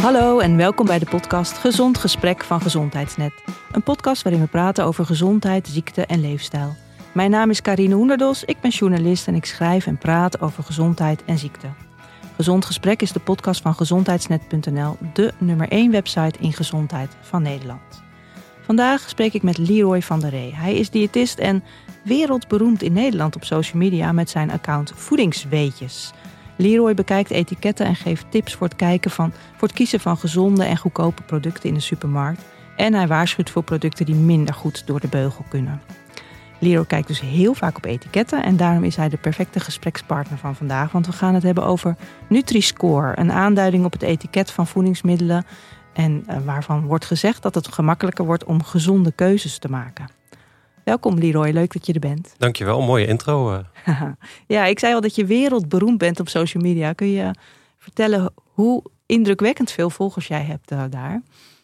Hallo en welkom bij de podcast Gezond Gesprek van Gezondheidsnet. Een podcast waarin we praten over gezondheid, ziekte en leefstijl. Mijn naam is Karine Hoenderdos, ik ben journalist en ik schrijf en praat over gezondheid en ziekte. Gezond Gesprek is de podcast van gezondheidsnet.nl, de nummer 1 website in gezondheid van Nederland. Vandaag spreek ik met Leroy van der Ree. Hij is diëtist en wereldberoemd in Nederland op social media met zijn account Voedingsweetjes. Leroy bekijkt etiketten en geeft tips voor het kiezen van gezonde en goedkope producten in de supermarkt. En hij waarschuwt voor producten die minder goed door de beugel kunnen. Leroy kijkt dus heel vaak op etiketten en daarom is hij de perfecte gesprekspartner van vandaag. Want we gaan het hebben over Nutri-Score, een aanduiding op het etiket van voedingsmiddelen. En waarvan wordt gezegd dat het gemakkelijker wordt om gezonde keuzes te maken. Welkom Leroy, leuk dat je er bent. Dankjewel, mooie intro. Ja, ik zei al dat je wereldberoemd bent op social media. Kun je vertellen hoe indrukwekkend veel volgers jij hebt daar?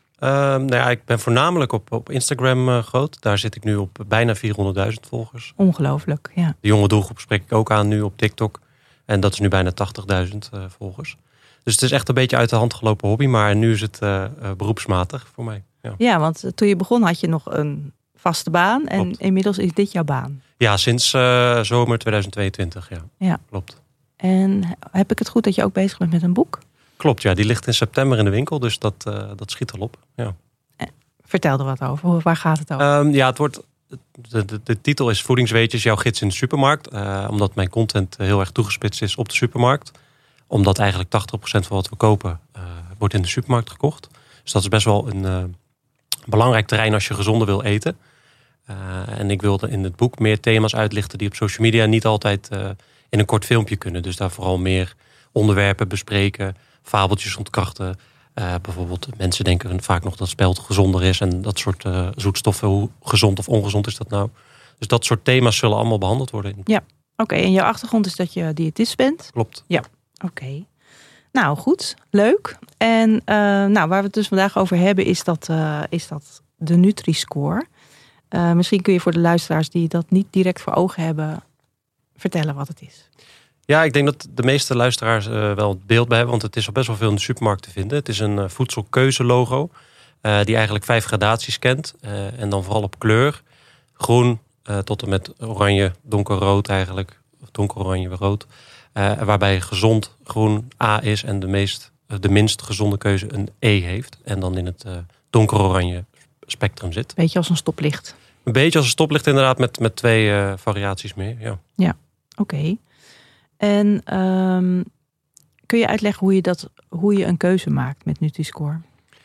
Ik ben voornamelijk op Instagram groot. Daar zit ik nu op bijna 400.000 volgers. Ongelooflijk, ja. De jonge doelgroep spreek ik ook aan nu op TikTok. En dat is nu bijna 80.000 volgers. Dus het is echt een beetje uit de hand gelopen hobby. Maar nu is het beroepsmatig voor mij. Ja, want toen je begon had je nog een vaste baan. En Klopt. Inmiddels is dit jouw baan. Ja, sinds zomer 2022. Ja, klopt. En heb ik het goed dat je ook bezig bent met een boek? Klopt, ja. Die ligt in september in de winkel. Dus dat schiet al op. Ja. Vertel er wat over. Waar gaat het over? Het wordt... De titel is Voedingsweetjes, jouw gids in de supermarkt. Omdat mijn content heel erg toegespitst is op de supermarkt. Omdat eigenlijk 80% van wat we kopen wordt in de supermarkt gekocht. Dus dat is best wel een belangrijk terrein als je gezonder wil eten. En ik wilde in het boek meer thema's uitlichten die op social media niet altijd in een kort filmpje kunnen. Dus daar vooral meer onderwerpen bespreken, fabeltjes ontkrachten. Bijvoorbeeld mensen denken vaak nog dat spelt gezonder is en dat soort zoetstoffen, hoe gezond of ongezond is dat nou? Dus dat soort thema's zullen allemaal behandeld worden. Ja, oké. En jouw achtergrond is dat je diëtist bent? Klopt. Ja, oké. Nou, goed. Leuk. En waar we het dus vandaag over hebben is dat de Nutri-Score. Misschien kun je voor de luisteraars die dat niet direct voor ogen hebben vertellen wat het is. Ja, ik denk dat de meeste luisteraars wel het beeld bij hebben. Want het is al best wel veel in de supermarkt te vinden. Het is een voedselkeuzelogo die eigenlijk 5 gradaties kent. En dan vooral op kleur. Groen tot en met oranje, donkerrood eigenlijk. Of donkeroranje, rood. Waarbij gezond groen A is en de minst gezonde keuze een E heeft. En dan in het donkeroranje spectrum zit. Beetje als een stoplicht. Een beetje als een stoplicht inderdaad met 2 variaties meer. Ja, oké. En kun je uitleggen hoe je een keuze maakt met Nutri-Score?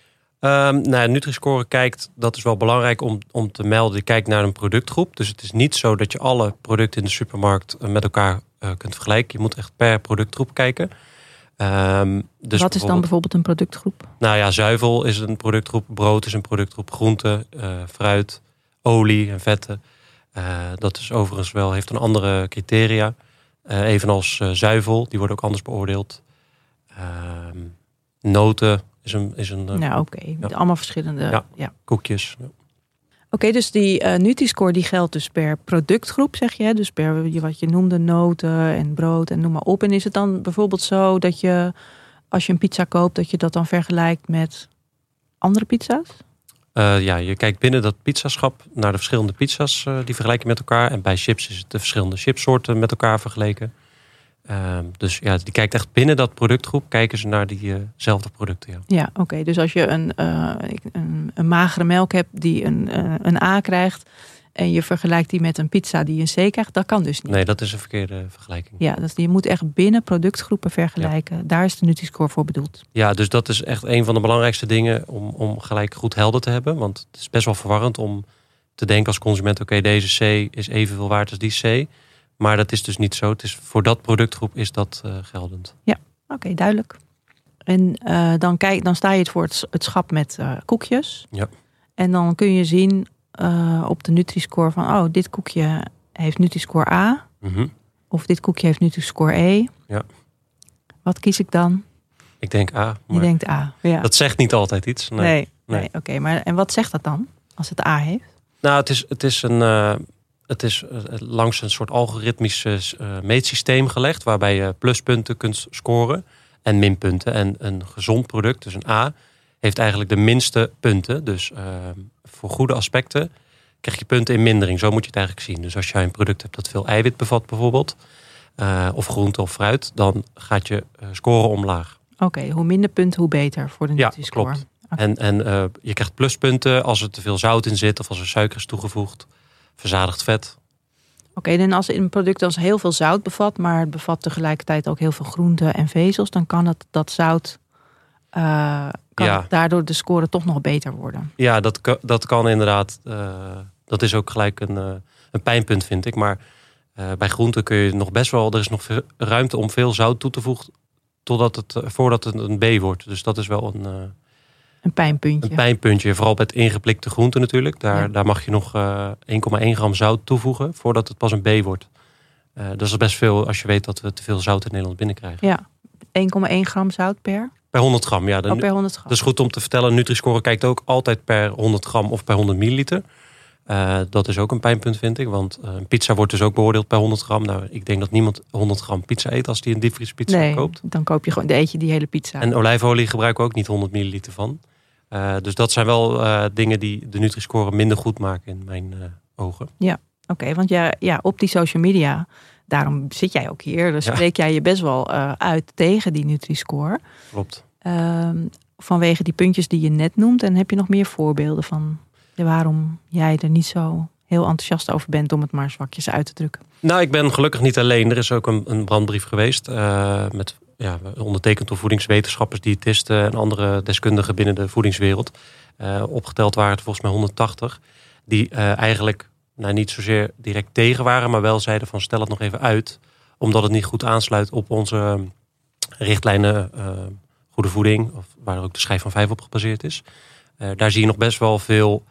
Nutri-Score kijkt, dat is wel belangrijk om te melden, je kijkt naar een productgroep. Dus het is niet zo dat je alle producten in de supermarkt met elkaar kunt vergelijken. Je moet echt per productgroep kijken. Dus wat is dan bijvoorbeeld een productgroep? Zuivel is een productgroep, brood is een productgroep, groente, fruit, olie en vetten. Dat is overigens wel, heeft een andere criteria. Evenals zuivel, die wordt ook anders beoordeeld. Noten is een oké. Allemaal verschillende. Ja. Koekjes. Ja. Oké, dus die Nutri-Score die geldt dus per productgroep, zeg je. Dus per wat je noemde, noten en brood en noem maar op. En is het dan bijvoorbeeld zo dat je, als je een pizza koopt, dat je dat dan vergelijkt met andere pizza's? Je kijkt binnen dat pizzaschap naar de verschillende pizza's. Die vergelijk je met elkaar. En bij chips is het de verschillende chipsoorten met elkaar vergeleken. Die kijkt echt binnen dat productgroep. Kijken ze naar diezelfde producten. Ja, oké. Dus als je een magere melk hebt die een A krijgt. En je vergelijkt die met een pizza die een C krijgt. Dat kan dus niet. Nee, dat is een verkeerde vergelijking. Ja, je moet echt binnen productgroepen vergelijken. Ja. Daar is de Nutri-Score voor bedoeld. Ja, dus dat is echt een van de belangrijkste dingen om gelijk goed helder te hebben. Want het is best wel verwarrend om te denken als consument, oké, deze C is evenveel waard als die C. Maar dat is dus niet zo. Het is, voor dat productgroep is dat geldend. Ja, oké, duidelijk. En dan sta je voor het schap met koekjes. Ja. En dan kun je zien op de Nutri-Score van, dit koekje heeft Nutri-Score A. Mm-hmm. Of dit koekje heeft Nutri-Score E. Ja. Wat kies ik dan? Ik denk A. Je denkt A, ja. Dat zegt niet altijd iets. Nee. Oké, maar en wat zegt dat dan als het A heeft? Nou, het is langs een soort algoritmisch meetsysteem gelegd, waarbij je pluspunten kunt scoren. en minpunten. En een gezond product, dus een A, heeft eigenlijk de minste punten. Dus voor goede aspecten krijg je punten in mindering. Zo moet je het eigenlijk zien. Dus als jij een product hebt dat veel eiwit bevat bijvoorbeeld, of groente of fruit, dan gaat je score omlaag. Oké, hoe minder punten, hoe beter voor de Nutri-score. Ja, klopt. Okay. En je krijgt pluspunten als er te veel zout in zit of als er suiker is toegevoegd. Verzadigd vet. Oké, en als een product dan heel veel zout bevat, maar het bevat tegelijkertijd ook heel veel groenten en vezels, dan kan dat zout het daardoor de score toch nog beter worden. Ja, dat kan inderdaad. Dat is ook gelijk een pijnpunt, vind ik. Maar bij groenten kun je nog best wel, er is nog ruimte om veel zout toe te voegen voordat het een B wordt. Dus dat is wel een pijnpuntje. Een pijnpuntje, vooral bij het ingeplikte groenten natuurlijk. Daar mag je nog 1,1 gram zout toevoegen voordat het pas een B wordt. Dat is best veel als je weet dat we te veel zout in Nederland binnenkrijgen. Ja, 1,1 gram zout per 100 gram, ja. Per 100 gram. Dat is goed om te vertellen. Nutri-Score kijkt ook altijd per 100 gram of per 100 milliliter. Dat is ook een pijnpunt, vind ik. Want een pizza wordt dus ook beoordeeld per 100 gram. Nou, ik denk dat niemand 100 gram pizza eet als die een diepvriespizza koopt. Dan koop je gewoon, eet je die hele pizza. En olijfolie gebruiken we ook niet 100 milliliter van. Dus dat zijn wel dingen die de Nutri-Score minder goed maken in mijn ogen. Ja, oké. Want op die social media, daarom zit jij ook hier. Dan spreek jij je best wel uit tegen die Nutri-Score. Klopt. Vanwege die puntjes die je net noemt. En heb je nog meer voorbeelden van waarom jij er niet zo heel enthousiast over bent, om het maar zwakjes uit te drukken? Nou, ik ben gelukkig niet alleen. Er is ook een brandbrief geweest met ondertekend door voedingswetenschappers, diëtisten en andere deskundigen binnen de voedingswereld. Opgeteld waren het volgens mij 180. Die eigenlijk niet zozeer direct tegen waren, maar wel zeiden van stel het nog even uit. Omdat het niet goed aansluit op onze richtlijnen goede voeding, of waar ook de schijf van 5 op gebaseerd is. Daar zie je nog best wel veel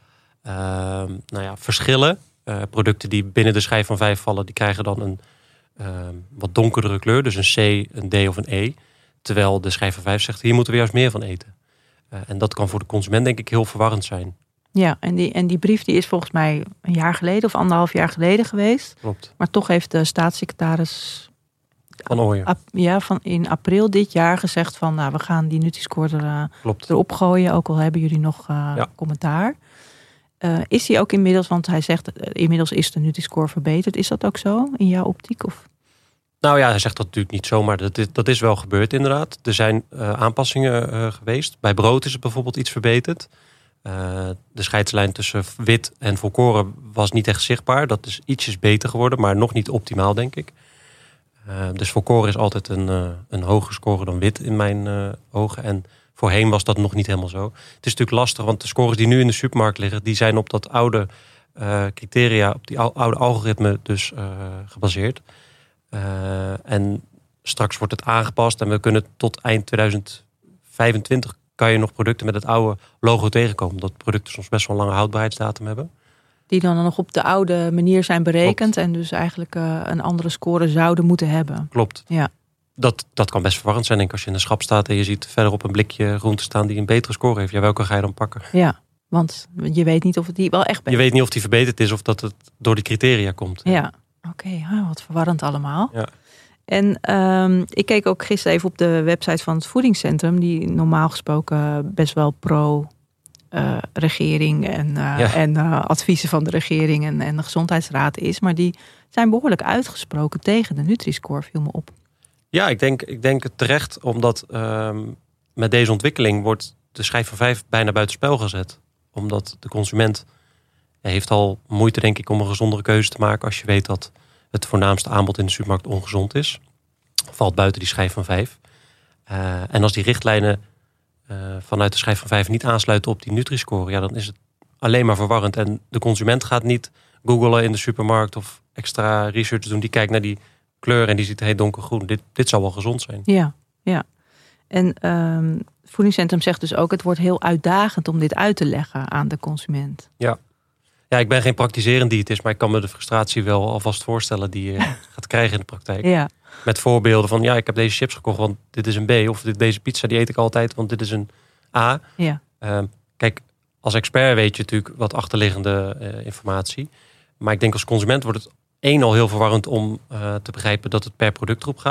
verschillen. Producten die binnen de schijf van 5 vallen, die krijgen dan een wat donkerdere kleur. Dus een C, een D of een E. Terwijl de schijf van 5 zegt, hier moeten we juist meer van eten. En dat kan voor de consument denk ik heel verwarrend zijn. Ja, en die brief die is volgens mij een jaar geleden of 1,5 jaar geleden geweest. Klopt. Maar toch heeft de staatssecretaris van Ooyen in april dit jaar gezegd van we gaan die Nutri-Score erop gooien. Ook al hebben jullie nog commentaar. Is die ook inmiddels, want hij zegt inmiddels is de Nutri-Score verbeterd. Is dat ook zo in jouw optiek? Of? Nou ja, hij zegt dat natuurlijk niet zo, maar dat is wel gebeurd inderdaad. Er zijn aanpassingen geweest. Bij brood is het bijvoorbeeld iets verbeterd. De scheidslijn tussen wit en volkoren was niet echt zichtbaar. Dat is ietsjes beter geworden, maar nog niet optimaal, denk ik. Dus volkoren is altijd een hoger score dan wit in mijn ogen. En voorheen was dat nog niet helemaal zo. Het is natuurlijk lastig, want de scores die nu in de supermarkt liggen, die zijn op dat oude criteria, op die oude algoritme dus gebaseerd. En straks wordt het aangepast en we kunnen tot eind 2025 kan je nog producten met het oude logo tegenkomen. Omdat producten soms best wel een lange houdbaarheidsdatum hebben. Die dan nog op de oude manier zijn berekend. Klopt. En dus eigenlijk een andere score zouden moeten hebben. Klopt. Ja. Dat kan best verwarrend zijn. Denk ik, als je in de schap staat en je ziet verderop een blikje groente staan die een betere score heeft. Ja, welke ga je dan pakken? Ja, want je weet niet of het die wel echt Je weet niet of die verbeterd is of dat het door die criteria komt. Ja, oké. Wat verwarrend allemaal. Ja. En ik keek ook gisteren even op de website van het voedingscentrum, die normaal gesproken best wel pro-regering en adviezen van de regering en de gezondheidsraad is. Maar die zijn behoorlijk uitgesproken tegen de Nutri-Score, viel me op. Ja, ik denk het terecht, omdat met deze ontwikkeling wordt de schijf van 5 bijna buitenspel gezet. Omdat de consument heeft al moeite, denk ik, om een gezondere keuze te maken als je weet dat het voornaamste aanbod in de supermarkt ongezond is. Valt buiten die schijf van 5. En als die richtlijnen vanuit de schijf van 5 niet aansluiten op die Nutri-Score, ja, dan is het alleen maar verwarrend. En de consument gaat niet googlen in de supermarkt of extra research doen. Die kijkt naar die kleur en die ziet donkergroen. Dit zal wel gezond zijn. Ja. En het voedingscentrum zegt dus ook, het wordt heel uitdagend om dit uit te leggen aan de consument. Ja, ik ben geen praktiserend diëtist, maar ik kan me de frustratie wel alvast voorstellen die je gaat krijgen in de praktijk. Ja. Met voorbeelden van, ik heb deze chips gekocht, want dit is een B. Of deze pizza, die eet ik altijd, want dit is een A. Ja. Kijk, als expert weet je natuurlijk wat achterliggende informatie. Maar ik denk als consument wordt het al heel verwarrend om te begrijpen dat het per productgroep gaat.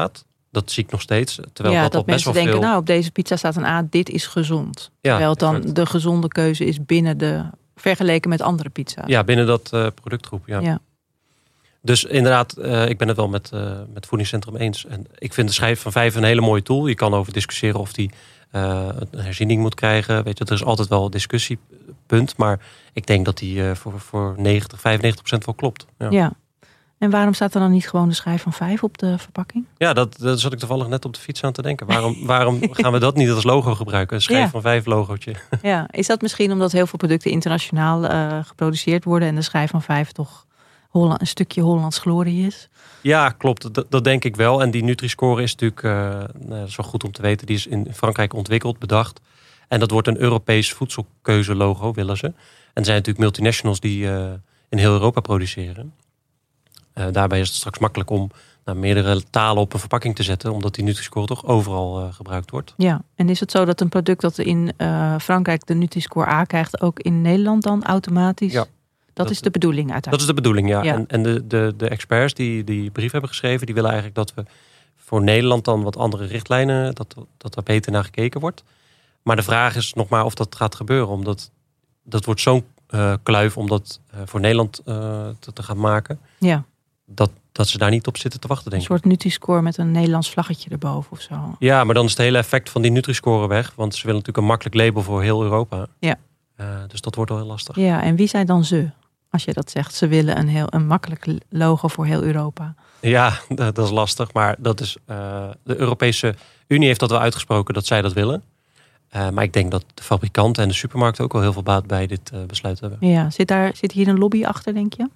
Dat zie ik nog steeds. Terwijl dat best mensen wel denken, veel... op deze pizza staat een A, dit is gezond. Ja, terwijl het dan exact. de gezonde keuze is vergeleken met andere pizza's. Ja, binnen dat productgroep. Ja. Dus inderdaad, ik ben het wel met Voedingscentrum eens. En ik vind de schijf van 5 een hele mooie tool. Je kan over discussiëren of die een herziening moet krijgen. Weet je, er is altijd wel een discussiepunt. Maar ik denk dat die voor 95% wel klopt. Ja. En waarom staat er dan niet gewoon de schijf van 5 op de verpakking? Ja, dat zat ik toevallig net op de fiets aan te denken. Waarom gaan we dat niet als logo gebruiken? Een schijf van 5 logootje. Ja, is dat misschien omdat heel veel producten internationaal geproduceerd worden en de schijf van 5 toch een stukje Hollands glorie is? Ja, klopt. Dat denk ik wel. En die Nutri-score is natuurlijk, dat is wel goed om te weten, die is in Frankrijk ontwikkeld, bedacht. En dat wordt een Europees voedselkeuze-logo, willen ze. En er zijn natuurlijk multinationals die in heel Europa produceren. Daarbij is het straks makkelijk om meerdere talen op een verpakking te zetten, omdat die Nutri-score toch overal gebruikt wordt. Ja, en is het zo dat een product dat in Frankrijk de Nutri-score A krijgt, ook in Nederland dan automatisch? Ja. Dat is de bedoeling uiteindelijk. Dat is de bedoeling, ja. En de experts die brief hebben geschreven, die willen eigenlijk dat we voor Nederland dan wat andere richtlijnen, dat er beter naar gekeken wordt. Maar de vraag is nog maar of dat gaat gebeuren, omdat dat wordt zo'n kluif om dat voor Nederland te gaan maken. Ja. Dat ze daar niet op zitten te wachten, denk ik. Een soort Nutri-score met een Nederlands vlaggetje erboven of zo. Ja, maar dan is het hele effect van die Nutri-score weg. Want ze willen natuurlijk een makkelijk label voor heel Europa. Ja. Dus dat wordt wel heel lastig. Ja, en wie zijn dan ze? Als je dat zegt, ze willen een makkelijk logo voor heel Europa. Ja, dat is lastig. Maar dat is, de Europese Unie heeft dat wel uitgesproken dat zij dat willen. Maar ik denk dat de fabrikanten en de supermarkten ook wel heel veel baat bij dit besluit hebben. Ja, zit hier een lobby achter, denk je?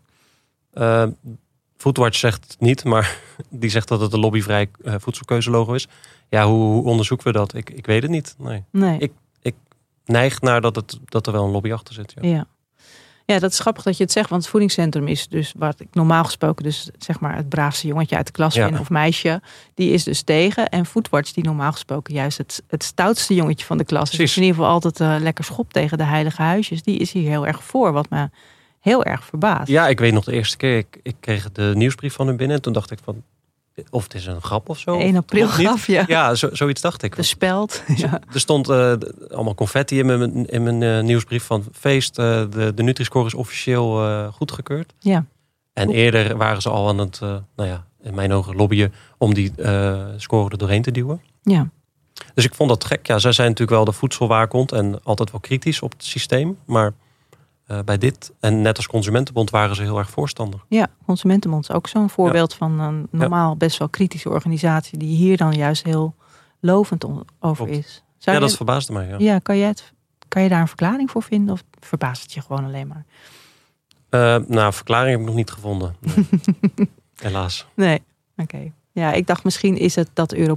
Foodwatch zegt het niet, maar die zegt dat het een lobbyvrij voedselkeuzelogo is. Ja, hoe onderzoeken we dat? Ik weet het niet. Nee. Ik neig naar dat er wel een lobby achter zit. Ja, dat is grappig dat je het zegt, want het voedingscentrum is dus wat ik normaal gesproken dus zeg maar het braafste jongetje uit de klas vind of meisje, die is dus tegen. En Foodwatch, die normaal gesproken juist het stoutste jongetje van de klas is, dus in ieder geval altijd lekker schop tegen de heilige huisjes, die is hier heel erg voor, wat me heel erg verbaasd. Ja, ik weet nog de eerste keer, ik kreeg de nieuwsbrief van hun binnen en toen dacht ik van, of het is een grap of zo. 1 april grap, ja. Ja, zoiets dacht ik. De speld. Ja. Er stond allemaal confetti in mijn nieuwsbrief van feest. De Nutri-score is officieel goedgekeurd. Ja. En eerder waren ze al aan het, in mijn ogen lobbyen om die score er doorheen te duwen. Ja. Dus ik vond dat gek. Ja, zij zijn natuurlijk wel de voedselwaakhond en altijd wel kritisch op het systeem. Maar bij dit, en net als Consumentenbond, waren ze heel erg voorstander. Ja, Consumentenbond is ook zo'n voorbeeld van een normaal best wel kritische organisatie die hier dan juist heel lovend over is. Dat verbaasde mij. Ja, kan je daar een verklaring voor vinden of verbaast het je gewoon alleen maar? Verklaring heb ik nog niet gevonden. Nee. Helaas. Nee, oké. Ja, ik dacht misschien is het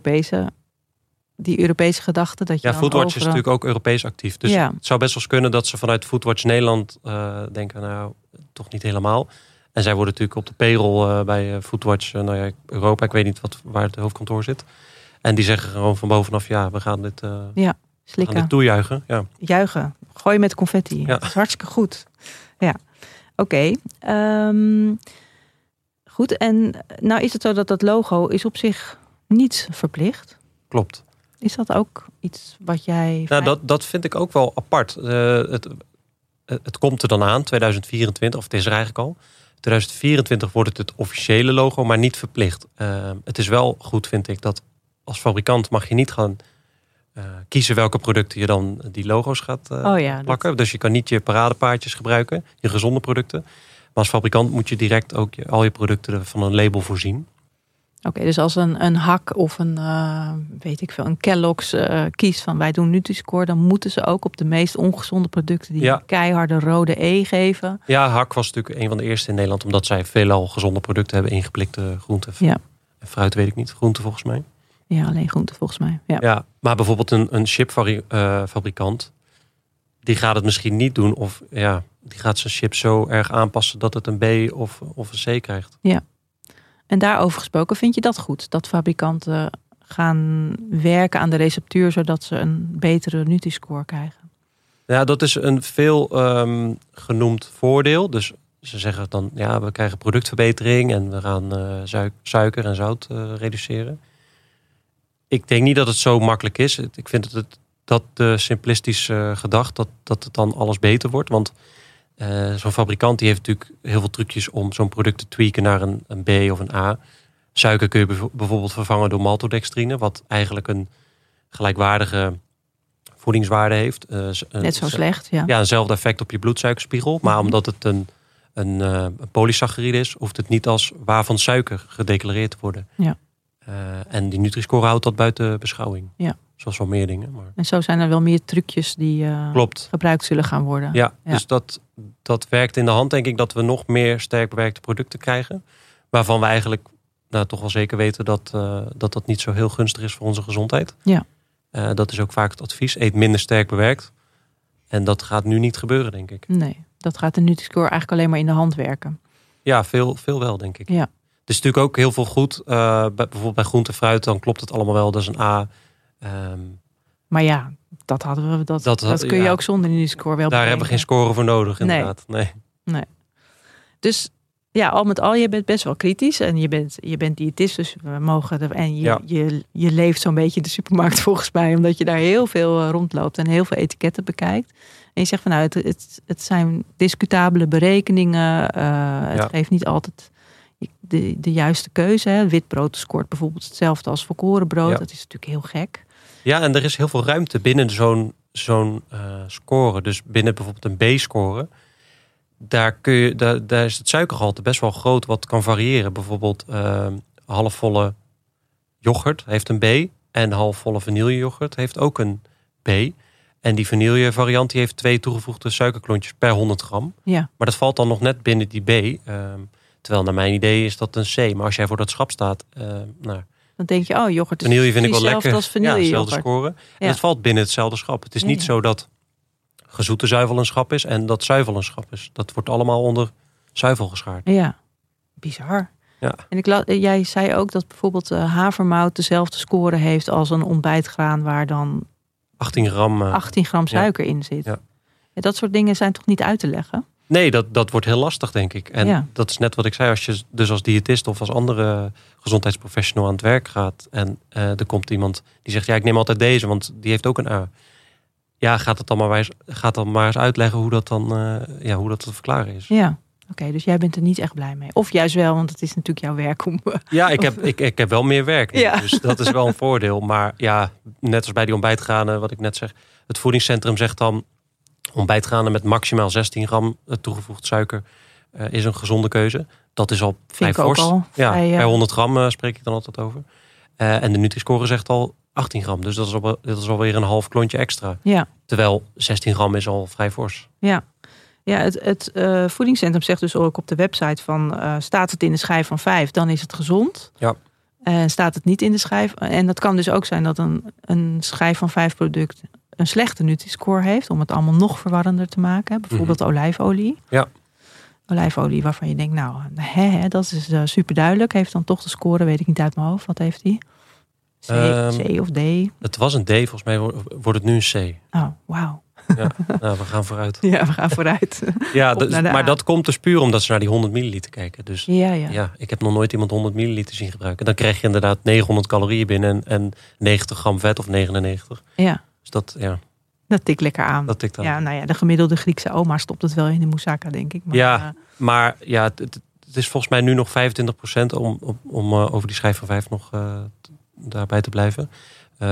die Europese gedachte. Dat je Foodwatch is natuurlijk ook Europees actief. Dus het zou best wel eens kunnen dat ze vanuit Foodwatch Nederland denken, toch niet helemaal. En zij worden natuurlijk op de payroll bij Foodwatch Europa. Ik weet niet waar het hoofdkantoor zit. En die zeggen gewoon van bovenaf, we gaan dit, slikken. Gaan dit toejuichen. Ja. Juichen. Gooi met confetti. Ja. Dat is hartstikke goed. Ja, oké. Goed, en nou is het zo dat logo is op zich niet verplicht. Klopt. Is dat ook iets wat jij... Dat vind ik ook wel apart. Het komt er dan aan, 2024, of het is er eigenlijk al. 2024 wordt het officiële logo, maar niet verplicht. Het is wel goed, vind ik, dat als fabrikant mag je niet gaan kiezen welke producten je dan die logo's gaat plakken. Dus je kan niet je paradepaardjes gebruiken, je gezonde producten. Maar als fabrikant moet je direct ook al je producten van een label voorzien. Oké, dus als een Hak of een Kellogg's kiest van wij doen Nutri-score, dan moeten ze ook op de meest ongezonde producten die een keiharde rode E geven. Ja, Hak was natuurlijk een van de eerste in Nederland, omdat zij veelal gezonde producten hebben, ingeplikte groenten. Ja. En fruit weet ik niet, groenten volgens mij. Ja, alleen groenten volgens mij. Ja, maar bijvoorbeeld een chipfabrikant, die gaat het misschien niet doen of die gaat zijn chip zo erg aanpassen dat het een B of een C krijgt. Ja. En daarover gesproken, vind je dat goed? Dat fabrikanten gaan werken aan de receptuur zodat ze een betere Nutri-score krijgen? Ja, dat is een veel genoemd voordeel. Dus ze zeggen dan, we krijgen productverbetering en we gaan suiker en zout reduceren. Ik denk niet dat het zo makkelijk is. Ik vind dat de simplistisch gedacht dat het dan alles beter wordt. Want zo'n fabrikant die heeft natuurlijk heel veel trucjes om zo'n product te tweaken naar een B of een A. Suiker kun je bijvoorbeeld vervangen door maltodextrine, wat eigenlijk een gelijkwaardige voedingswaarde heeft. Net zo slecht, ja. Ja, eenzelfde effect op je bloedsuikerspiegel. Maar omdat het een polysaccharide is, hoeft het niet als waar van suiker gedeclareerd te worden. Ja. En die Nutri-score houdt dat buiten beschouwing. Ja. Zoals wel meer dingen. Maar... En zo zijn er wel meer trucjes die gebruikt zullen gaan worden. Ja. Dus dat werkt in de hand, denk ik, dat we nog meer sterk bewerkte producten krijgen. Waarvan we eigenlijk toch wel zeker weten dat niet zo heel gunstig is voor onze gezondheid. Ja. Dat is ook vaak het advies. Eet minder sterk bewerkt. En dat gaat nu niet gebeuren, denk ik. Nee, dat gaat de Nutri-score eigenlijk alleen maar in de hand werken. Ja, veel wel, denk ik. Ja. Het is natuurlijk ook heel veel goed. Bijvoorbeeld bij groente en fruit, dan klopt het allemaal wel. Dat is een A. Maar ja, dat hadden we. Dat kun je ook zonder Nutri-score wel. Daar hebben we geen score voor nodig, inderdaad. Nee. Dus ja, al met al, je bent best wel kritisch. En je bent diëtist, dus we mogen en je leeft zo'n beetje de supermarkt volgens mij. Omdat je daar heel veel rondloopt en heel veel etiketten bekijkt. En je zegt van nou, het zijn discutabele berekeningen. Het geeft niet altijd de juiste keuze. Hè. Witbrood scoort bijvoorbeeld hetzelfde als volkoren brood. Ja. Dat is natuurlijk heel gek. Ja, en er is heel veel ruimte binnen zo'n score. Dus binnen bijvoorbeeld een B-score. Daar is het suikergehalte best wel groot wat kan variëren. Bijvoorbeeld halfvolle yoghurt heeft een B. En halfvolle vanilleyoghurt heeft ook een B. En die vanille variant die heeft 2 toegevoegde suikerklontjes per 100 gram. Ja. Maar dat valt dan nog net binnen die B. Terwijl naar mijn idee is dat een C. Maar als jij voor dat schap staat... dan denk je, yoghurt is vanille vind ik wel lekker. Als vanille hetzelfde score. En het valt binnen hetzelfde schap. Het is niet zo dat gezoete zuivel een schap is en dat zuivel een schap is. Dat wordt allemaal onder zuivel geschaard. Ja, bizar. Ja. En jij zei ook dat bijvoorbeeld havermout dezelfde score heeft als een ontbijtgraan waar dan 18 gram suiker in zit. Ja. Ja, dat soort dingen zijn toch niet uit te leggen? Nee, dat wordt heel lastig, denk ik. En dat is net wat ik zei. Als je dus als diëtist of als andere gezondheidsprofessional aan het werk gaat en er komt iemand die zegt, ja, ik neem altijd deze, want die heeft ook een A. Ja, gaat dan maar eens uitleggen hoe dat dan hoe dat te verklaren is. Ja, oké, dus jij bent er niet echt blij mee. Of juist wel, want het is natuurlijk jouw werk om... Ja, ik heb wel meer werk nu, dus dat is wel een voordeel. Maar ja, net als bij die ontbijtgranen, wat ik net zeg, het voedingscentrum zegt dan, ontbijtgranen met maximaal 16 gram toegevoegd suiker is een gezonde keuze. Dat is al vrij fors. Per 100 gram spreek ik dan altijd over. En de Nutri-score zegt al 18 gram. Dus dat is alweer een half klontje extra. Ja. Terwijl 16 gram is al vrij fors. Ja, het voedingscentrum zegt dus ook op de website van... staat het in de schijf van 5, dan is het gezond. Ja. Staat het niet in de schijf... En dat kan dus ook zijn dat een schijf van 5 product... een slechte Nutri-score heeft, om het allemaal nog verwarrender te maken. Bijvoorbeeld olijfolie. Ja. Olijfolie waarvan je denkt, nou, dat is super duidelijk. Heeft dan toch de score, weet ik niet uit mijn hoofd. Wat heeft die? C of D? Het was een D, volgens mij wordt het nu een C. Oh, wauw. Ja, nou, we gaan vooruit. Ja, we gaan vooruit. Ja, maar dat komt dus puur omdat ze naar die 100 milliliter kijken. Dus ja, ik heb nog nooit iemand 100 milliliter zien gebruiken. Dan krijg je inderdaad 900 calorieën binnen en 90 gram vet of 99. Ja. Dus dat tikt lekker aan. Dat tikt aan. Ja, nou ja, de gemiddelde Griekse oma stopt het wel in de moussaka, denk ik. Maar, het is volgens mij nu nog 25% om over die schijf van 5 nog daarbij te blijven. 25%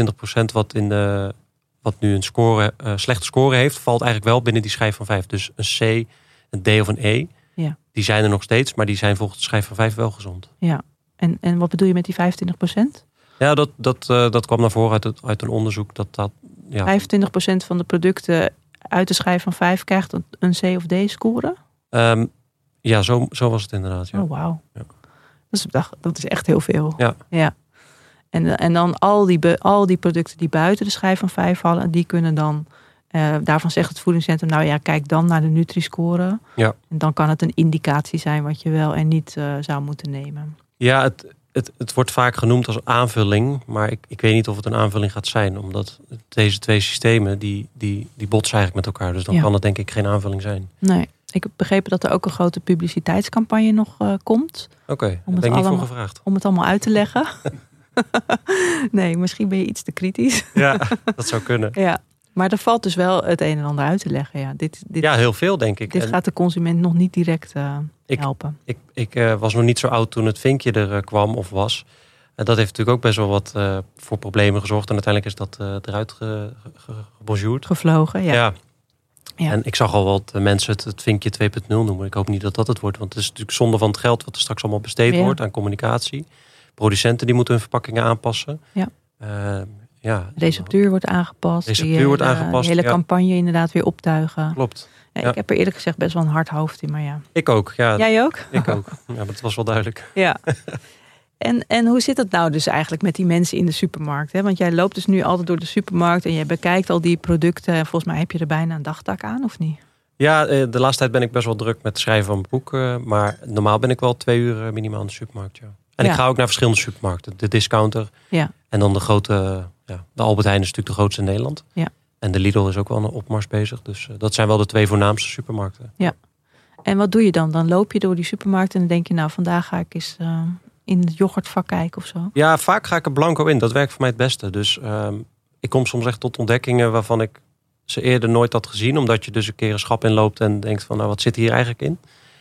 wat nu een slechte score heeft, valt eigenlijk wel binnen die schijf van 5. Dus een C, een D of een E, die zijn er nog steeds, maar die zijn volgens de schijf van 5 wel gezond. Ja, en wat bedoel je met die 25%? Ja, dat kwam naar voren uit een onderzoek. 25% van de producten uit de schijf van 5 krijgt een C of D score? Ja, zo was het inderdaad. Ja. Oh, wauw. Ja. Dat is echt heel veel. Ja. En dan al die producten die buiten de schijf van 5 vallen, die kunnen dan, daarvan zegt het voedingscentrum, nou ja, kijk dan naar de Nutri-score. Ja. En dan kan het een indicatie zijn wat je wel en niet zou moeten nemen. Ja, het wordt vaak genoemd als aanvulling, maar ik weet niet of het een aanvulling gaat zijn. Omdat deze 2 systemen, die botsen eigenlijk met elkaar. Dus dan kan het denk ik geen aanvulling zijn. Nee, ik heb begrepen dat er ook een grote publiciteitscampagne nog komt. Oké, daar ben ik niet voor gevraagd. Om het allemaal uit te leggen. Nee, misschien ben je iets te kritisch. Ja, dat zou kunnen. Ja, maar er valt dus wel het een en ander uit te leggen. Ja, Ja, heel veel denk ik. Dit gaat de consument nog niet direct helpen. Ik was nog niet zo oud toen het vinkje er kwam of was. En dat heeft natuurlijk ook best wel wat voor problemen gezorgd. En uiteindelijk is dat eruit gebonjourd. Gevlogen, ja. Ja. Ja. En ik zag al wat mensen het vinkje 2.0 noemen. Ik hoop niet dat dat het wordt. Want het is natuurlijk zonde van het geld wat er straks allemaal besteed wordt aan communicatie. Producenten die moeten hun verpakkingen aanpassen. Ja. Receptuur wordt aangepast. De hele campagne inderdaad weer optuigen. Klopt. Ja, ik heb er eerlijk gezegd best wel een hard hoofd in, maar ja. Ik ook, ja. Jij ook? Ik ook. Ja, maar het was wel duidelijk. Ja. En hoe zit het nou dus eigenlijk met die mensen in de supermarkt? Hè? Want jij loopt dus nu altijd door de supermarkt en je bekijkt al die producten. En volgens mij heb je er bijna een dagtaak aan, of niet? Ja, de laatste tijd ben ik best wel druk met het schrijven van mijn boek. Maar normaal ben ik wel 2 uur minimaal in de supermarkt. Ja. En ik ga ook naar verschillende supermarkten. De discounter en dan de grote... de Albert Heijn is natuurlijk de grootste in Nederland. Ja. En de Lidl is ook wel een opmars bezig. Dus dat zijn wel de 2 voornaamste supermarkten. Ja. En wat doe je dan? Dan loop je door die supermarkt en dan denk je... nou, vandaag ga ik eens in het yoghurtvak kijken of zo. Ja, vaak ga ik er blanco in. Dat werkt voor mij het beste. Dus ik kom soms echt tot ontdekkingen waarvan ik ze eerder nooit had gezien. Omdat je dus een keer een schap inloopt en denkt van... nou, wat zit hier eigenlijk in?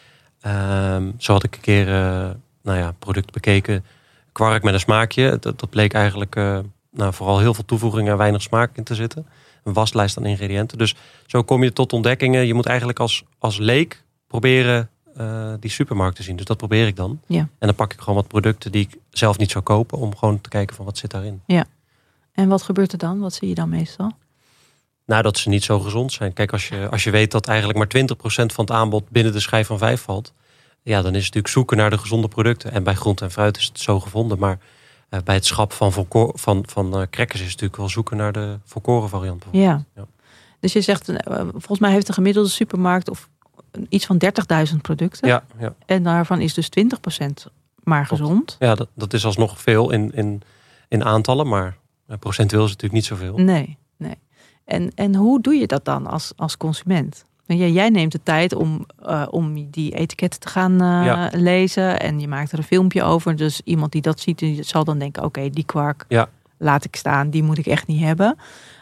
Zo had ik een keer product bekeken. Kwark met een smaakje. Dat bleek eigenlijk vooral heel veel toevoegingen en weinig smaak in te zitten. Een waslijst aan ingrediënten. Dus zo kom je tot ontdekkingen. Je moet eigenlijk als leek proberen die supermarkt te zien. Dus dat probeer ik dan. Ja. En dan pak ik gewoon wat producten die ik zelf niet zou kopen. Om gewoon te kijken van wat zit daarin. Ja. En wat gebeurt er dan? Wat zie je dan meestal? Nou, dat ze niet zo gezond zijn. Kijk, als je weet dat eigenlijk maar 20% van het aanbod binnen de schijf van 5 valt. Ja, dan is het natuurlijk zoeken naar de gezonde producten. En bij groente en fruit is het zo gevonden. Maar bij het schap van crackers is het natuurlijk wel zoeken naar de volkoren variant. Ja. Dus je zegt, volgens mij heeft de gemiddelde supermarkt of iets van 30.000 producten. Ja. En daarvan is dus 20% maar gezond. Ja, dat is alsnog veel in aantallen. Maar procentueel is het natuurlijk niet zoveel. Nee. En hoe doe je dat dan als consument? Jij neemt de tijd om die etiketten te gaan lezen. En je maakt er een filmpje over. Dus iemand die dat ziet, die zal dan denken... oké, die kwark laat ik staan. Die moet ik echt niet hebben.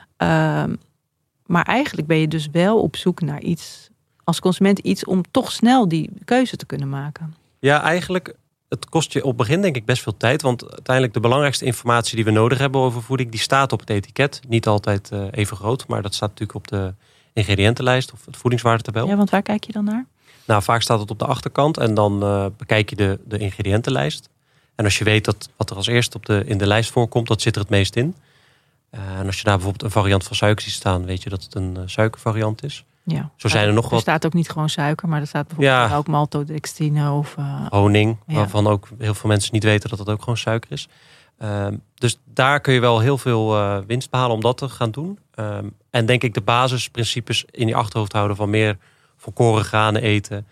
Maar eigenlijk ben je dus wel op zoek naar iets... als consument iets om toch snel die keuze te kunnen maken. Ja, eigenlijk... Het kost je op het begin denk ik best veel tijd. Want uiteindelijk de belangrijkste informatie die we nodig hebben over voeding... die staat op het etiket. Niet altijd even groot. Maar dat staat natuurlijk op de ingrediëntenlijst of het voedingswaardetabel. Ja, want waar kijk je dan naar? Nou, vaak staat het op de achterkant. En dan bekijk je de ingrediëntenlijst. En als je weet dat wat er als eerste in de lijst voorkomt... dat zit er het meest in. En als je daar bijvoorbeeld een variant van suiker ziet staan... weet je dat het een suikervariant is. Ja, zo zijn er nog wat. Er staat ook niet gewoon suiker, maar er staat bijvoorbeeld ook maltodextrine of honing, waarvan ook heel veel mensen niet weten dat het ook gewoon suiker is. Dus daar kun je wel heel veel winst behalen om dat te gaan doen. En denk ik de basisprincipes in je achterhoofd houden van meer volkoren granen eten,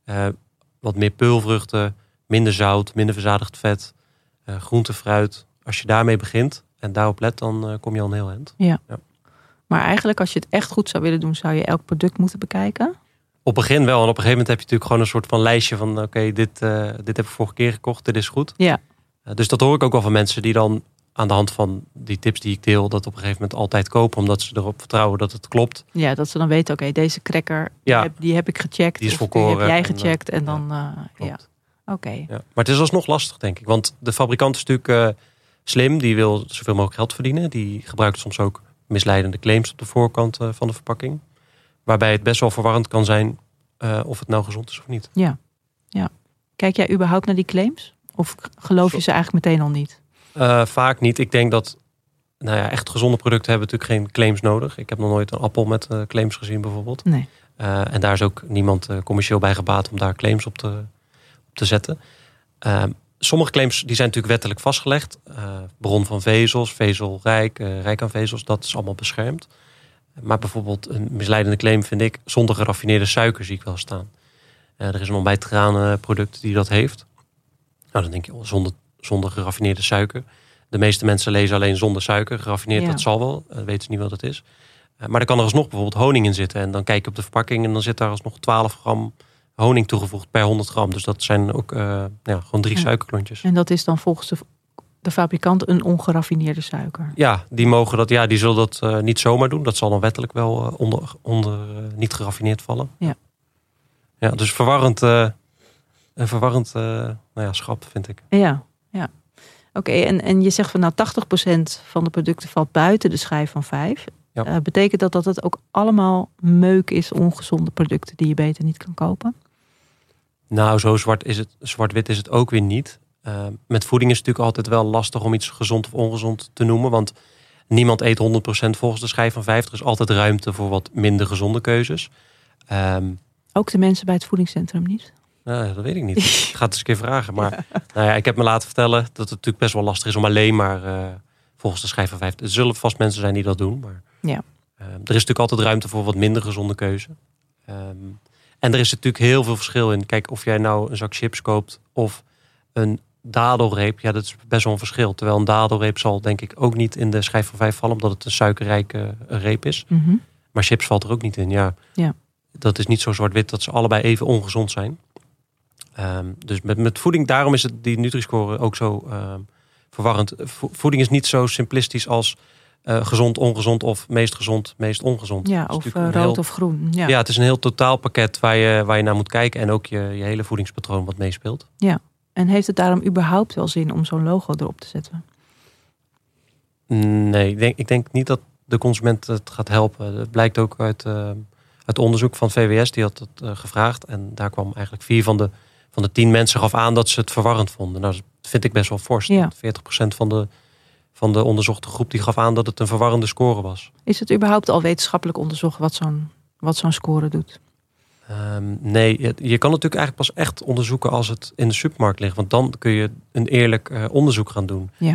wat meer peulvruchten, minder zout, minder verzadigd vet, groente, fruit. Als je daarmee begint en daarop let, dan kom je al een heel eind. Ja. Maar eigenlijk als je het echt goed zou willen doen... zou je elk product moeten bekijken? Op het begin wel. En op een gegeven moment heb je natuurlijk gewoon een soort van lijstje van... oké, dit heb ik vorige keer gekocht, dit is goed. Ja. Dus dat hoor ik ook wel van mensen die dan aan de hand van die tips die ik deel... dat op een gegeven moment altijd kopen. Omdat ze erop vertrouwen dat het klopt. Ja, dat ze dan weten, oké, deze cracker die heb ik gecheckt. Die is volkoren. Die heb jij gecheckt en dan... Oké. Ja. Maar het is alsnog lastig, denk ik. Want de fabrikant is natuurlijk slim. Die wil zoveel mogelijk geld verdienen. Die gebruikt soms ook... misleidende claims op de voorkant van de verpakking. Waarbij het best wel verwarrend kan zijn of het nou gezond is of niet. Ja. Kijk jij überhaupt naar die claims? Of geloof je ze eigenlijk meteen al niet? Vaak niet. Ik denk dat echt gezonde producten hebben natuurlijk geen claims nodig. Ik heb nog nooit een appel met claims gezien bijvoorbeeld. Nee. En daar is ook niemand commercieel bij gebaat om daar claims op te zetten. Sommige claims die zijn natuurlijk wettelijk vastgelegd. Bron van vezels, vezelrijk, rijk aan vezels, dat is allemaal beschermd. Maar bijvoorbeeld een misleidende claim vind ik... zonder geraffineerde suiker zie ik wel staan. Er is een ontbijtgraanproduct die dat heeft. Nou, dan denk je, zonder geraffineerde suiker. De meeste mensen lezen alleen zonder suiker. Geraffineerd, dat zal wel. Weten ze niet wat het is. Maar er kan er alsnog bijvoorbeeld honing in zitten. En dan kijk je op de verpakking en dan zit daar alsnog 12 gram... honing toegevoegd per 100 gram. Dus dat zijn ook gewoon 3 suikerklontjes. En dat is dan volgens de de fabrikant een ongeraffineerde suiker. Ja, die zullen dat niet zomaar doen. Dat zal dan wettelijk wel onder niet geraffineerd vallen. Ja, dus een verwarrend schap, vind ik. Ja. Oké, en je zegt van 80% van de producten valt buiten de schijf van 5. Ja. Betekent dat het ook allemaal meuk is, ongezonde producten die je beter niet kan kopen? Nou, zo zwart-wit is het ook weer niet. Met voeding is het natuurlijk altijd wel lastig om iets gezond of ongezond te noemen. Want niemand eet 100% volgens de schijf van 5. Er is altijd ruimte voor wat minder gezonde keuzes. Ook de mensen bij het voedingscentrum niet? Nou, dat weet ik niet. Ik ga het eens een keer vragen. Maar ik heb me laten vertellen dat het natuurlijk best wel lastig is om alleen maar volgens de schijf van 5. Er zullen vast mensen zijn die dat doen. Maar er is natuurlijk altijd ruimte voor wat minder gezonde keuze. En er is natuurlijk heel veel verschil in. Kijk, of jij nou een zak chips koopt of een dadelreep. Ja, dat is best wel een verschil. Terwijl een dadelreep zal denk ik ook niet in de schijf van 5 vallen. Omdat het een suikerrijke reep is. Mm-hmm. Maar chips valt er ook niet in. Ja. Dat is niet zo zwart-wit dat ze allebei even ongezond zijn. Dus met voeding, daarom is die Nutri-score ook zo verwarrend. Voeding is niet zo simplistisch als gezond, ongezond of meest gezond, meest ongezond. Ja, of rood of groen. Ja, het is een heel totaalpakket waar je naar moet kijken. En ook je hele voedingspatroon wat meespeelt. Ja. En heeft het daarom überhaupt wel zin om zo'n logo erop te zetten? Nee, ik denk niet dat de consument het gaat helpen. Dat blijkt ook uit onderzoek van VWS. Die had het gevraagd. En daar kwam eigenlijk 4 van de 10 mensen gaf aan dat ze het verwarrend vonden. Nou, dat vind ik best wel fors. Ja. 40% van de onderzochte groep die gaf aan dat het een verwarrende score was. Is het überhaupt al wetenschappelijk onderzocht wat zo'n score doet? Nee, je kan natuurlijk eigenlijk pas echt onderzoeken als het in de supermarkt ligt. Want dan kun je een eerlijk onderzoek gaan doen. Ja.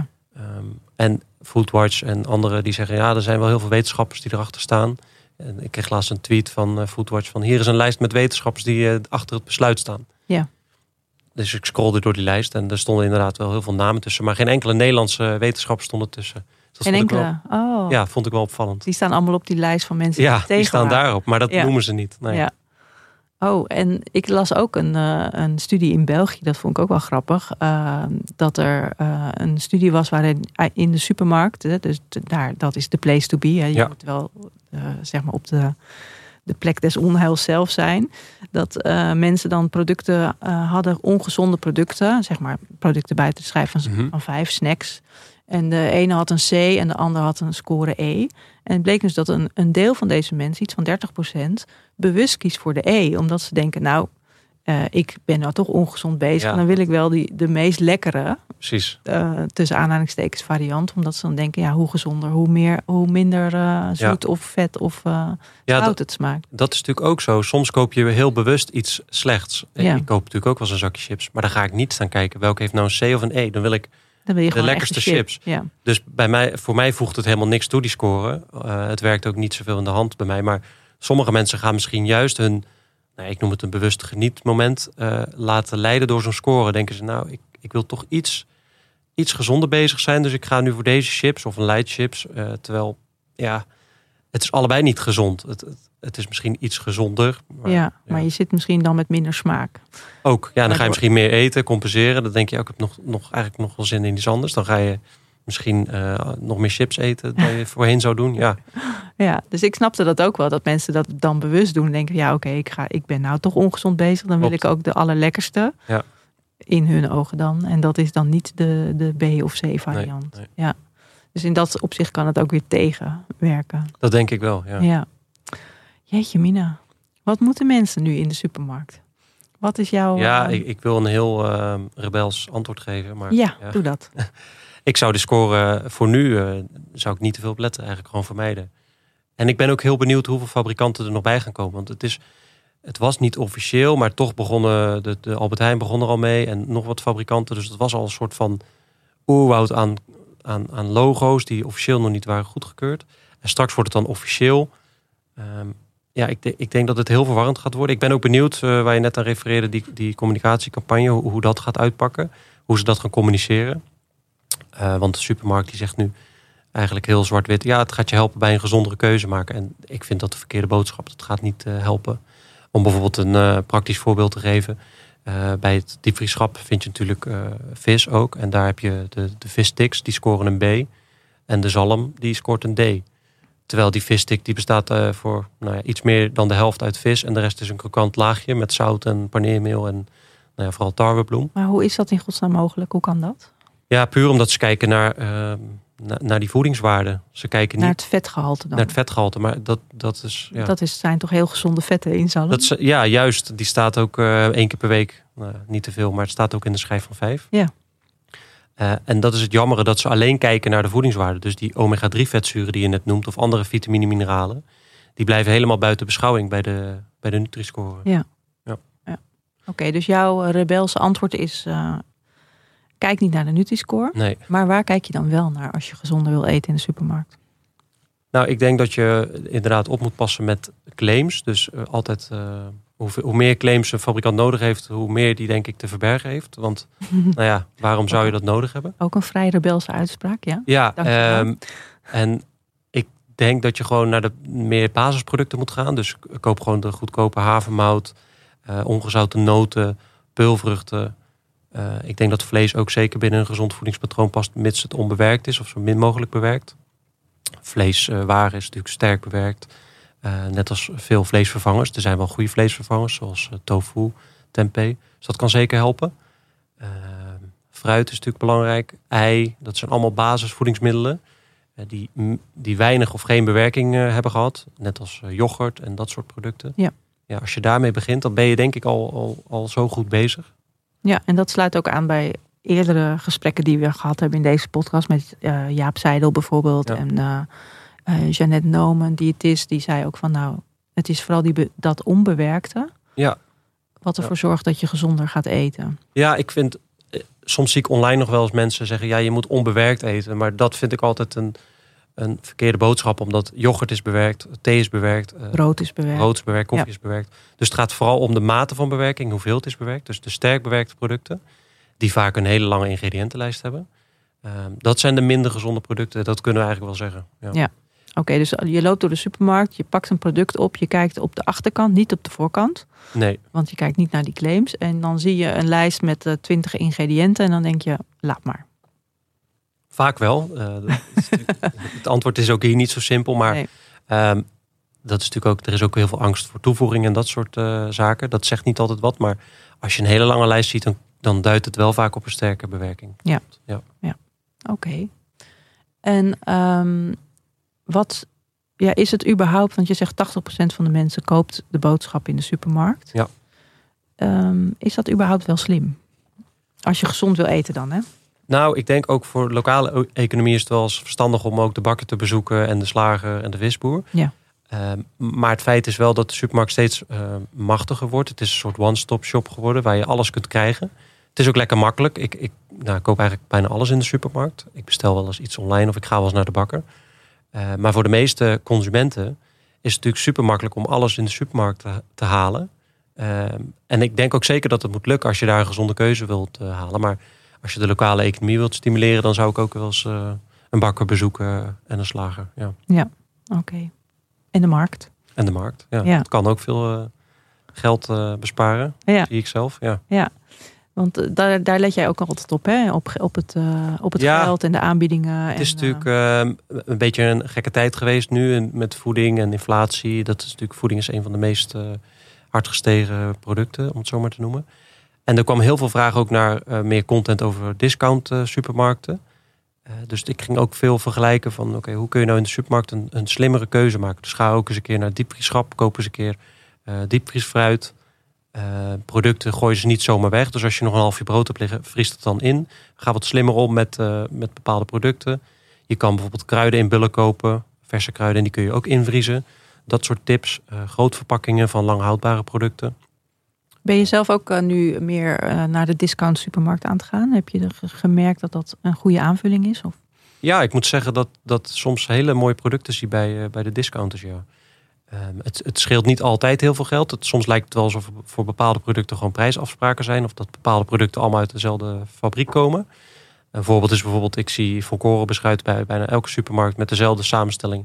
En Foodwatch en anderen die zeggen... er zijn wel heel veel wetenschappers die erachter staan. En ik kreeg laatst een tweet van Foodwatch van... hier is een lijst met wetenschappers die achter het besluit staan. Ja. Dus ik scrollde door die lijst en er stonden inderdaad wel heel veel namen tussen. Maar geen enkele Nederlandse wetenschapper stond ertussen. Geen enkele? Ja, vond ik wel opvallend. Die staan allemaal op die lijst van mensen die die staan daarop. Maar dat noemen ze niet. Nee. Ja. Oh, en ik las ook een studie in België. Dat vond ik ook wel grappig. Dat er een studie was waarin in de supermarkt... Dus dat is de place to be. Hè. Je moet wel zeg maar op de plek des onheils zelf zijn. Dat mensen dan producten hadden, ongezonde producten. Zeg maar producten buiten de schijf van 5, snacks. En de ene had een C en de ander had een score E. En het bleek dus dat een deel van deze mensen, iets van 30%, bewust kiest voor de E. Omdat ze denken, ik ben nou toch ongezond bezig. Dan wil ik wel de meest lekkere, tussen aanhalingstekens variant. Omdat ze dan denken, hoe gezonder, hoe minder zoet of vet of zout het smaakt. Dat is natuurlijk ook zo. Soms koop je heel bewust iets slechts. Ik koop natuurlijk ook wel eens een zakje chips. Maar dan ga ik niet staan kijken, welke heeft nou een C of een E. Dan wil je de lekkerste chips. Ja. Dus voor mij voegt het helemaal niks toe, die score. Het werkt ook niet zoveel in de hand bij mij. Maar sommige mensen gaan misschien juist hun... ik noem het een bewust genietmoment... laten leiden door zo'n score. Denken ze, ik wil toch iets gezonder bezig zijn. Dus ik ga nu voor deze chips of een light chips. Terwijl, het is allebei niet gezond. Het is misschien iets gezonder. Maar je zit misschien dan met minder smaak. Ook, dan ga je misschien meer eten, compenseren. Dan denk je, ik heb eigenlijk nog wel zin in iets anders. Dan ga je misschien nog meer chips eten dan je voorheen zou doen. Ja, dus ik snapte dat ook wel. Dat mensen dat dan bewust doen. Denken, ik ben nou toch ongezond bezig. Dan wil ik ook de allerlekkerste. Ja. In hun ogen dan. En dat is dan niet de B of C variant. Nee. Ja. Dus in dat opzicht kan het ook weer tegenwerken. Dat denk ik wel, ja. Jeetje mina. Wat moeten mensen nu in de supermarkt? Wat is jouw... Ik wil een heel rebels antwoord geven. Maar, doe dat. Ik zou de score voor nu zou ik niet te veel op letten. Eigenlijk gewoon vermijden. En ik ben ook heel benieuwd hoeveel fabrikanten er nog bij gaan komen. Want het was niet officieel, maar toch begonnen de Albert Heijn begon er al mee. En nog wat fabrikanten. Dus het was al een soort van oerwoud aan logo's die officieel nog niet waren goedgekeurd. En straks wordt het dan officieel. Ik denk dat het heel verwarrend gaat worden. Ik ben ook benieuwd, waar je net aan refereerde, die communicatiecampagne, hoe dat gaat uitpakken. Hoe ze dat gaan communiceren. Want de supermarkt die zegt nu eigenlijk heel zwart-wit. Het gaat je helpen bij een gezondere keuze maken. En ik vind dat de verkeerde boodschap. Het gaat niet helpen. Om bijvoorbeeld een praktisch voorbeeld te geven. Bij het diepvriesschap vind je natuurlijk vis ook. En daar heb je de vissticks, die scoren een B. En de zalm, die scoort een D. Terwijl die visstick die bestaat voor iets meer dan de helft uit vis. En de rest is een krokant laagje met zout en paneermeel en vooral tarwebloem. Maar hoe is dat in godsnaam mogelijk? Hoe kan dat? Ja, puur omdat ze kijken naar die voedingswaarde. Ze kijken naar niet het vetgehalte dan? Naar het vetgehalte, maar dat is... Ja. Zijn toch heel gezonde vetten in zalm? Ja, juist. Die staat ook 1 keer per week. Niet te veel, maar het staat ook in de schijf van 5. Ja. En dat is het jammere, dat ze alleen kijken naar de voedingswaarde. Dus die omega-3 vetzuren die je net noemt, of andere vitamine mineralen, die blijven helemaal buiten beschouwing bij de Nutri-score. Ja. Oké, dus jouw rebelse antwoord is, kijk niet naar de Nutri-score. Nee. Maar waar kijk je dan wel naar als je gezonder wil eten in de supermarkt? Nou, ik denk dat je inderdaad op moet passen met claims. Dus altijd, hoe meer claims een fabrikant nodig heeft, hoe meer die denk ik te verbergen heeft. Want waarom zou je dat nodig hebben? Ook een vrij rebelse uitspraak, ja? Ja, en ik denk dat je gewoon naar de meer basisproducten moet gaan. Dus koop gewoon de goedkope havermout, ongezouten noten, peulvruchten. Ik denk dat vlees ook zeker binnen een gezond voedingspatroon past, mits het onbewerkt is of zo min mogelijk bewerkt. Vleeswaren is natuurlijk sterk bewerkt. Net als veel vleesvervangers. Er zijn wel goede vleesvervangers, zoals tofu, tempeh. Dus dat kan zeker helpen. Fruit is natuurlijk belangrijk. Ei, dat zijn allemaal basisvoedingsmiddelen. Die weinig of geen bewerking hebben gehad. Net als yoghurt en dat soort producten. Ja. Ja, als je daarmee begint, dan ben je denk ik al zo goed bezig. Ja, en dat sluit ook aan bij eerdere gesprekken die we gehad hebben in deze podcast. Met Jaap Seidel bijvoorbeeld. Ja. En Jeannette Nomen, diëtist, die zei ook van het is vooral dat onbewerkte. Ja. Wat ervoor zorgt dat je gezonder gaat eten. Ja, ik vind, soms zie ik online nog wel eens mensen zeggen, ja, je moet onbewerkt eten. Maar dat vind ik altijd een verkeerde boodschap, omdat yoghurt is bewerkt, thee is bewerkt. Brood is bewerkt. Koffie is bewerkt. Dus het gaat vooral om de mate van bewerking, hoeveel het is bewerkt. Dus de sterk bewerkte producten, die vaak een hele lange ingrediëntenlijst hebben. Dat zijn de minder gezonde producten, dat kunnen we eigenlijk wel zeggen. Ja. Oké, dus je loopt door de supermarkt, je pakt een product op, je kijkt op de achterkant, niet op de voorkant. Nee. Want je kijkt niet naar die claims. En dan zie je een lijst met 20 ingrediënten en dan denk je, laat maar. Vaak wel. Het antwoord is ook hier niet zo simpel, maar nee. Dat is natuurlijk ook, er is ook heel veel angst voor toevoeging en dat soort zaken. Dat zegt niet altijd wat, maar als je een hele lange lijst ziet, dan duidt het wel vaak op een sterke bewerking. Ja. Oké. En wat is het überhaupt, want je zegt 80% van de mensen koopt de boodschap in de supermarkt. Ja. Is dat überhaupt wel slim? Als je gezond wil eten dan, hè? Nou, ik denk ook voor lokale economie is het wel eens verstandig om ook de bakker te bezoeken en de slager en de visboer. Ja. Maar het feit is wel dat de supermarkt steeds machtiger wordt. Het is een soort one-stop shop geworden waar je alles kunt krijgen. Het is ook lekker makkelijk. Ik koop eigenlijk bijna alles in de supermarkt. Ik bestel wel eens iets online of ik ga wel eens naar de bakker. Maar voor de meeste consumenten is het natuurlijk super makkelijk om alles in de supermarkt te halen. En ik denk ook zeker dat het moet lukken als je daar een gezonde keuze wilt halen. Maar als je de lokale economie wilt stimuleren, dan zou ik ook wel eens een bakker bezoeken en een slager. Ja, oké. En de markt? En de markt, ja. Het kan ook veel geld besparen, zie ik zelf. Ja. Want daar let jij ook altijd op, hè? Op het geld en de aanbiedingen. Het is natuurlijk een beetje een gekke tijd geweest nu met voeding en inflatie. Voeding is een van de meest hard gestegen producten, om het zo maar te noemen. En er kwam heel veel vraag ook naar meer content over discount supermarkten. Dus ik ging ook veel vergelijken van hoe kun je nou in de supermarkt een slimmere keuze maken. Dus ga ook eens een keer naar het diepvriesschap, koop eens een keer diepvriesfruit. Producten gooi ze niet zomaar weg. Dus als je nog een halfje brood hebt liggen, vriest het dan in. Ga wat slimmer om met bepaalde producten. Je kan bijvoorbeeld kruiden in bullen kopen. Verse kruiden, en die kun je ook invriezen. Dat soort tips. Grootverpakkingen van lang houdbare producten. Ben je zelf ook nu meer naar de discount supermarkt aan te gaan? Heb je gemerkt dat dat een goede aanvulling is? Of? Ja, ik moet zeggen dat soms hele mooie producten zie bij de discounters. Ja. Het scheelt niet altijd heel veel geld. Soms lijkt het wel alsof voor bepaalde producten gewoon prijsafspraken zijn. Of dat bepaalde producten allemaal uit dezelfde fabriek komen. Een voorbeeld is ik zie volkorenbeschuit bij bijna elke supermarkt met dezelfde samenstelling.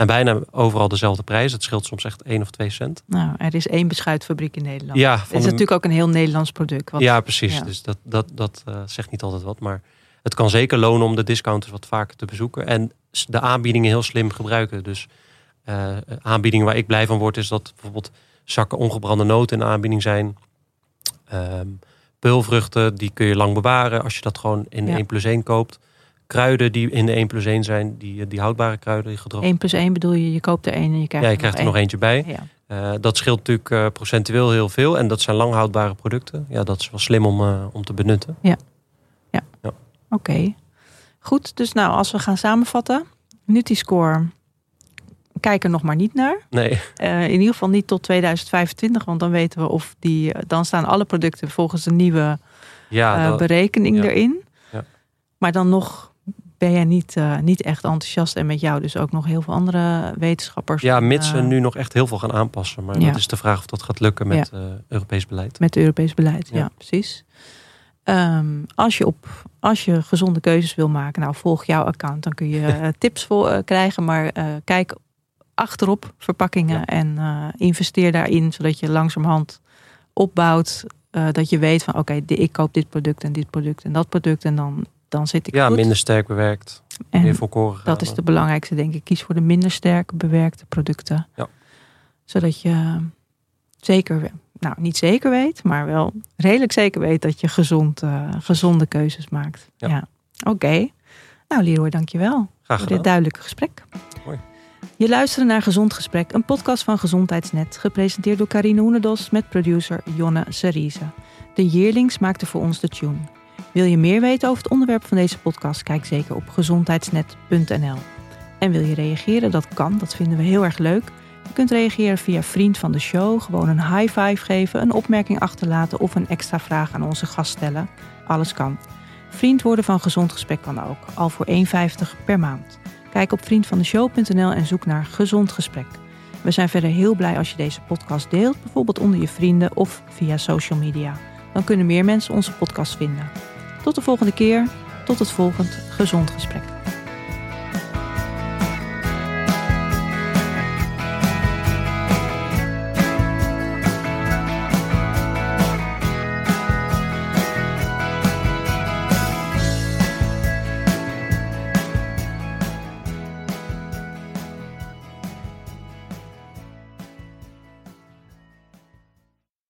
En bijna overal dezelfde prijs. Het scheelt soms echt 1 of 2 cent. Nou, er is 1 beschuitfabriek in Nederland. Ja, het is natuurlijk ook een heel Nederlands product. Ja, precies. Ja. Dus dat zegt niet altijd wat. Maar het kan zeker lonen om de discounters wat vaker te bezoeken. En de aanbiedingen heel slim gebruiken. Dus aanbiedingen waar ik blij van word is dat bijvoorbeeld zakken ongebrande noten in de aanbieding zijn. Peulvruchten, die kun je lang bewaren als je dat gewoon in de 1+1 koopt. Kruiden die in de 1+1 zijn, die houdbare kruiden. Die gedroogd. 1+1 bedoel je koopt er 1 en je krijgt er nog eentje bij. Ja. Dat scheelt natuurlijk procentueel heel veel. En dat zijn lang houdbare producten. Ja, dat is wel slim om te benutten. Ja. Oké. Goed, dus nou, als we gaan samenvatten. Nutri-Score, kijk er nog maar niet naar. Nee. In ieder geval niet tot 2025. Want dan weten we of dan staan alle producten volgens de nieuwe berekening erin. Ja. Maar dan nog ben jij niet echt enthousiast. En met jou dus ook nog heel veel andere wetenschappers. Ja, mits ze nu nog echt heel veel gaan aanpassen. Maar dat is de vraag of dat gaat lukken met Europees beleid. Met Europees beleid, ja precies. Als je gezonde keuzes wil maken, nou volg jouw account. Dan kun je tips krijgen. Maar kijk achterop verpakkingen en investeer daarin. Zodat je langzamerhand opbouwt. Dat je weet van oké, ik koop dit product en dat product. En dan zit ik goed. Minder sterk bewerkt. Meer volkoren. Dat is de belangrijkste, denk ik. Kies voor de minder sterk bewerkte producten. Ja. Zodat je niet zeker weet, maar wel redelijk zeker weet dat je gezonde keuzes maakt. Ja. Oké. Nou, Leroy, dankjewel voor dit duidelijke gesprek. Mooi. Je luisterde naar Gezond Gesprek, een podcast van Gezondheidsnet, gepresenteerd door Karine Hoenedos met producer Jonne Serize. De Yearlings maakte voor ons de tune. Wil je meer weten over het onderwerp van deze podcast? Kijk zeker op gezondheidsnet.nl. En wil je reageren? Dat kan, dat vinden we heel erg leuk. Je kunt reageren via Vriend van de Show, gewoon een high five geven, een opmerking achterlaten of een extra vraag aan onze gast stellen. Alles kan. Vriend worden van Gezond Gesprek kan ook, al voor €1,50 per maand. Kijk op vriendvandeshow.nl en zoek naar Gezond Gesprek. We zijn verder heel blij als je deze podcast deelt, bijvoorbeeld onder je vrienden of via social media. Dan kunnen meer mensen onze podcast vinden. Tot de volgende keer, tot het volgende Gezond Gesprek.